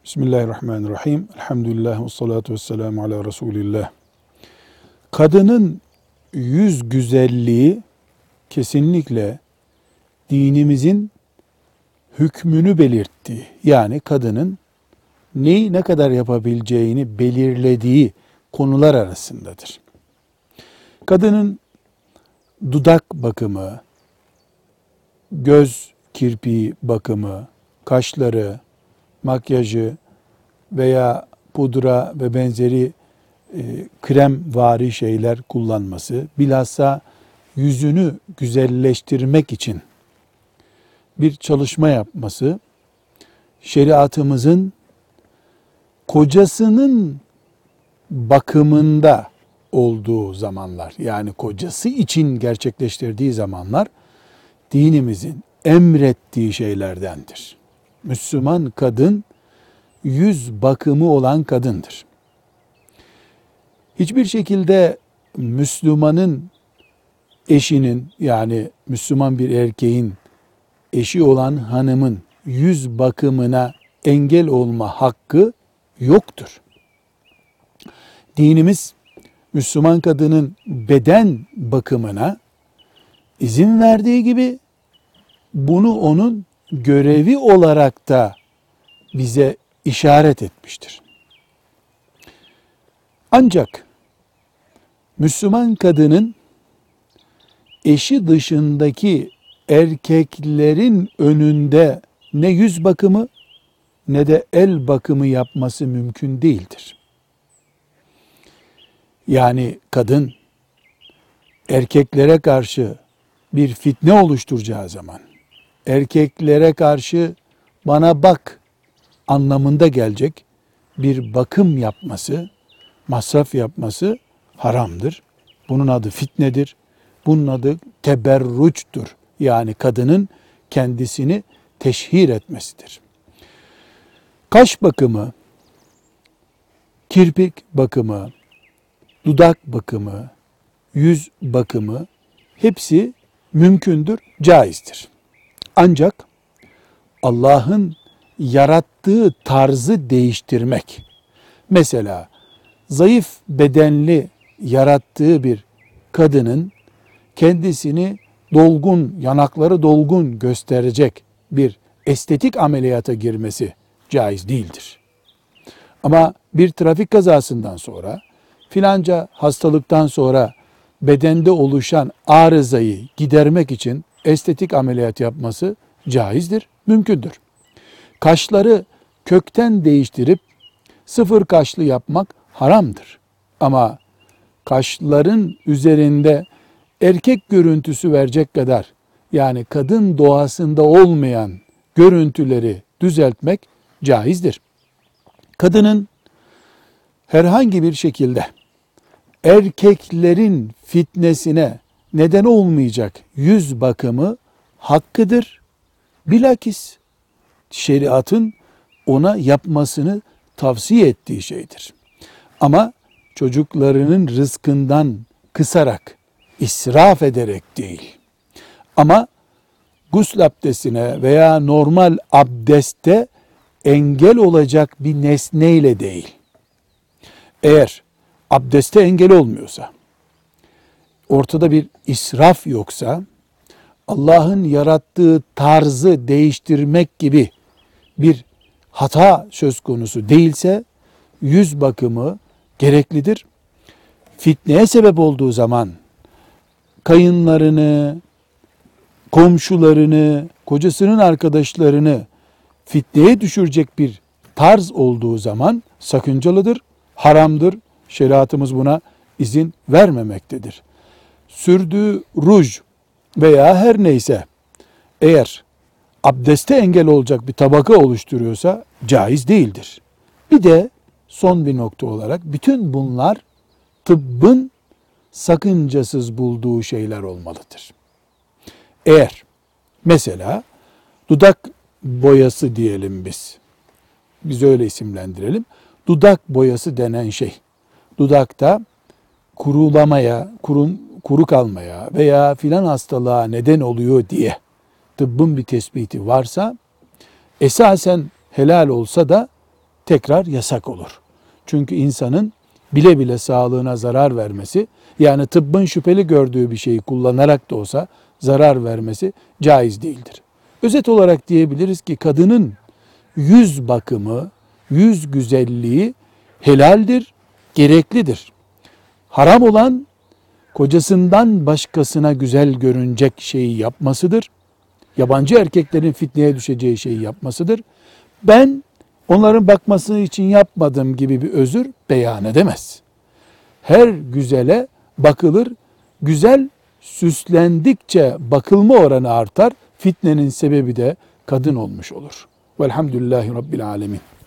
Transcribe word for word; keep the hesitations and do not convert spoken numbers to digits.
Bismillahirrahmanirrahim. Elhamdülillah ve salatu vesselamu ala Resulillah. Kadının yüz güzelliği kesinlikle dinimizin hükmünü belirttiği, yani kadının neyi ne kadar yapabileceğini belirlediği konular arasındadır. Kadının dudak bakımı, göz kirpiği bakımı, kaşları, makyajı veya pudra ve benzeri e, kremvari şeyler kullanması, bilhassa yüzünü güzelleştirmek için bir çalışma yapması, şeriatımızın kocasının bakımında olduğu zamanlar, yani kocası için gerçekleştirdiği zamanlar, dinimizin emrettiği şeylerdendir. Müslüman kadın, yüz bakımı olan kadındır. Hiçbir şekilde Müslümanın eşinin, yani Müslüman bir erkeğin eşi olan hanımın yüz bakımına engel olma hakkı yoktur. Dinimiz Müslüman kadının beden bakımına izin verdiği gibi bunu onun görevi olarak da bize işaret etmiştir. Ancak Müslüman kadının eşi dışındaki erkeklerin önünde ne yüz bakımı ne de el bakımı yapması mümkün değildir. Yani kadın erkeklere karşı bir fitne oluşturacağı zaman, erkeklere karşı bana bak anlamında gelecek bir bakım yapması, masraf yapması haramdır. Bunun adı fitnedir. Bunun adı teberruçtur. Yani kadının kendisini teşhir etmesidir. Kaş bakımı, kirpik bakımı, dudak bakımı, yüz bakımı hepsi mümkündür, caizdir. Ancak Allah'ın yarattığı tarzı değiştirmek, mesela zayıf bedenli yarattığı bir kadının kendisini dolgun, yanakları dolgun gösterecek bir estetik ameliyata girmesi caiz değildir. Ama bir trafik kazasından sonra, filanca hastalıktan sonra bedende oluşan arızayı gidermek için estetik ameliyat yapması caizdir, mümkündür. Kaşları kökten değiştirip sıfır kaşlı yapmak haramdır. Ama kaşların üzerinde erkek görüntüsü verecek kadar, yani kadın doğasında olmayan görüntüleri düzeltmek caizdir. Kadının herhangi bir şekilde erkeklerin fitnesine neden olmayacak yüz bakımı hakkıdır. Bilakis şeriatın ona yapmasını tavsiye ettiği şeydir. Ama çocuklarının rızkından kısarak, israf ederek değil. Ama gusül abdestine veya normal abdeste engel olacak bir nesneyle değil. Eğer abdeste engel olmuyorsa, ortada bir israf yoksa, Allah'ın yarattığı tarzı değiştirmek gibi bir hata söz konusu değilse, yüz bakımı gereklidir. Fitneye sebep olduğu zaman, kayınlarını, komşularını, kocasının arkadaşlarını fitneye düşürecek bir tarz olduğu zaman sakıncalıdır, haramdır. Şeriatımız buna izin vermemektedir. Sürdüğü ruj veya her neyse, eğer abdeste engel olacak bir tabaka oluşturuyorsa caiz değildir. Bir de son bir nokta olarak, bütün bunlar tıbbın sakıncasız bulduğu şeyler olmalıdır. Eğer mesela dudak boyası diyelim biz, biz öyle isimlendirelim, dudak boyası denen şey, dudakta kurulamaya, kurun, kuru kalmaya veya filan hastalığa neden oluyor diye tıbbın bir tespiti varsa, esasen helal olsa da tekrar yasak olur. Çünkü insanın bile bile sağlığına zarar vermesi, yani tıbbın şüpheli gördüğü bir şeyi kullanarak da olsa zarar vermesi caiz değildir. Özet olarak diyebiliriz ki kadının yüz bakımı, yüz güzelliği helaldir, gereklidir. Haram olan kocasından başkasına güzel görünecek şeyi yapmasıdır. Yabancı erkeklerin fitneye düşeceği şeyi yapmasıdır. Ben onların bakması için yapmadım gibi bir özür beyan edemez. Her güzele bakılır. Güzel süslendikçe bakılma oranı artar. Fitnenin sebebi de kadın olmuş olur. Velhamdülillahi Rabbil Alemin.